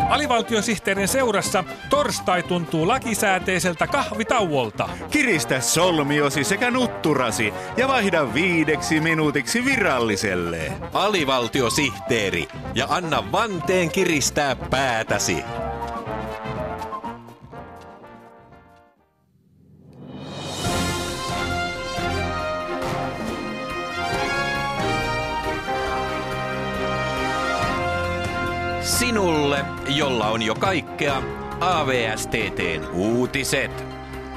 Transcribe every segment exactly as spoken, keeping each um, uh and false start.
Alivaltiosihteerin seurassa torstai tuntuu lakisääteiseltä kahvitauolta. Kiristä solmiosi sekä nutturasi ja vaihda viideksi minuutiksi viralliselle. Alivaltiosihteeri ja anna vanteen kiristää päätäsi. Sinulle, jolla on jo kaikkea, A V S T T:n uutiset.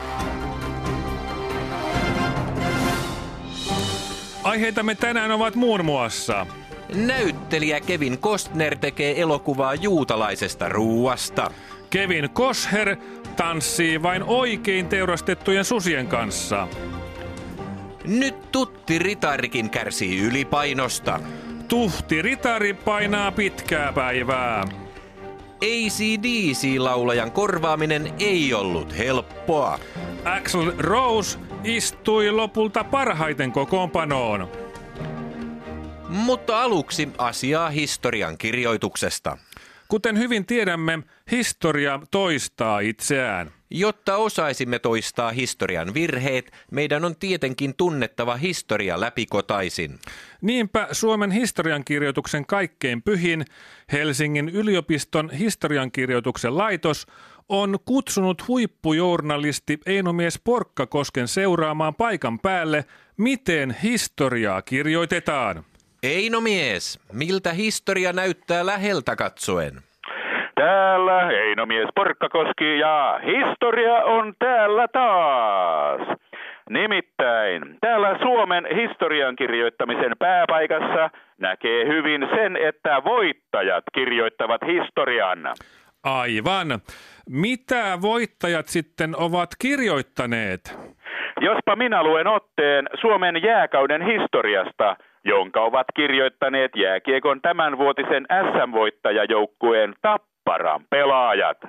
Aiheitamme tänään ovat muun muassa: Näyttelijä Kevin Costner tekee elokuvaa juutalaisesta ruuasta. Kevin Costner tanssii vain oikein teurastettujen susien kanssa. Nyt Tutti Ritarikin kärsii ylipainosta. Tuhti Ritari painaa pitkää päivää. A C D C-laulajan korvaaminen ei ollut helppoa. Axl Rose istui lopulta parhaiten kokoonpanoon. Mutta aluksi asiaa historian kirjoituksesta. Kuten hyvin tiedämme, historia toistaa itseään. Jotta osaisimme toistaa historian virheet, meidän on tietenkin tunnettava historia läpikotaisin. Niinpä Suomen historiankirjoituksen kaikkein pyhin, Helsingin yliopiston historiankirjoituksen laitos, on kutsunut huippujournalisti Eino-mies Porkkakosken seuraamaan paikan päälle, miten historiaa kirjoitetaan. Eino-mies, miltä historia näyttää läheltä katsoen? Täällä Eino-mies Porkkakoski ja historia on täällä taas. Nimittäin täällä Suomen historian kirjoittamisen pääpaikassa näkee hyvin sen, että voittajat kirjoittavat historian. Aivan. Mitä voittajat sitten ovat kirjoittaneet? Jospa minä luen otteen Suomen jääkauden historiasta, jonka ovat kirjoittaneet jääkiekon tämänvuotisen S M-voittajajoukkueen Tapparan pelaajat.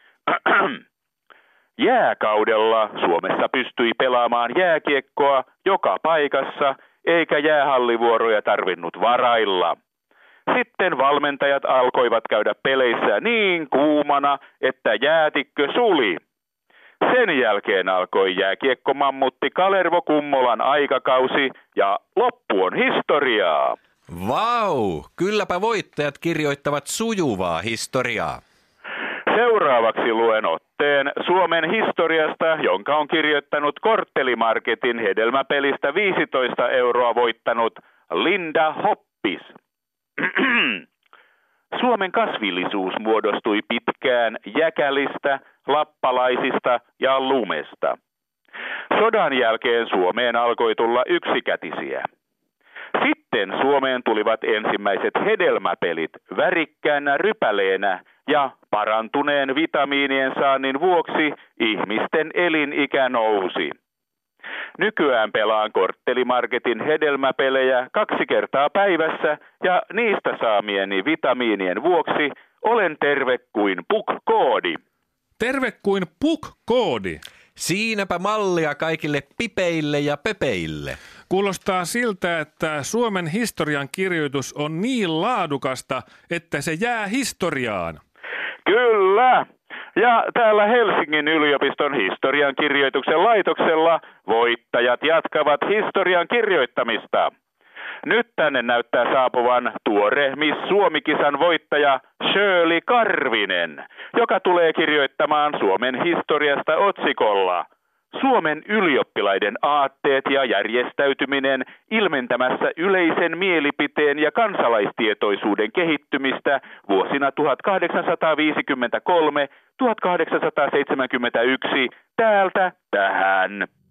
Jääkaudella Suomessa pystyi pelaamaan jääkiekkoa joka paikassa, eikä jäähallivuoroja tarvinnut varailla. Sitten valmentajat alkoivat käydä peleissä niin kuumana, että jäätikkö suli. Sen jälkeen alkoi jääkiekkomammutti Kalervo Kummolan aikakausi ja loppu on historiaa. Vau, kylläpä voittajat kirjoittavat sujuvaa historiaa. Seuraavaksi luen otteen Suomen historiasta, jonka on kirjoittanut Korttelimarketin hedelmäpelistä viisitoista euroa voittanut Linda Hoppis. Suomen kasvillisuus muodostui pitkään jäkälistä, lappalaisista ja lumesta. Sodan jälkeen Suomeen alkoi tulla yksikätisiä. Sitten Suomeen tulivat ensimmäiset hedelmäpelit värikkäänä rypäleenä ja parantuneen vitamiinien saannin vuoksi ihmisten elinikä nousi. Nykyään pelaan Korttelimarketin hedelmäpelejä kaksi kertaa päivässä ja niistä saamieni vitamiinien vuoksi olen terve kuin puk-koodi. Terve kuin puk-koodi. Siinäpä mallia kaikille pipeille ja pepeille. Kuulostaa siltä, että Suomen historian kirjoitus on niin laadukasta, että se jää historiaan. Kyllä. Ja täällä Helsingin yliopiston historian kirjoituksen laitoksella voittajat jatkavat historian kirjoittamista. Nyt tänne näyttää saapuvan tuore Miss Suomi-kisan voittaja Shirley Karvinen, joka tulee kirjoittamaan Suomen historiasta otsikolla Suomen ylioppilaiden aatteet ja järjestäytyminen ilmentämässä yleisen mielipiteen ja kansalaistietoisuuden kehittymistä vuosina tuhatkahdeksansataaviisikymmentäkolme–tuhatkahdeksansataaseitsemänkymmentäyksi täältä tähän.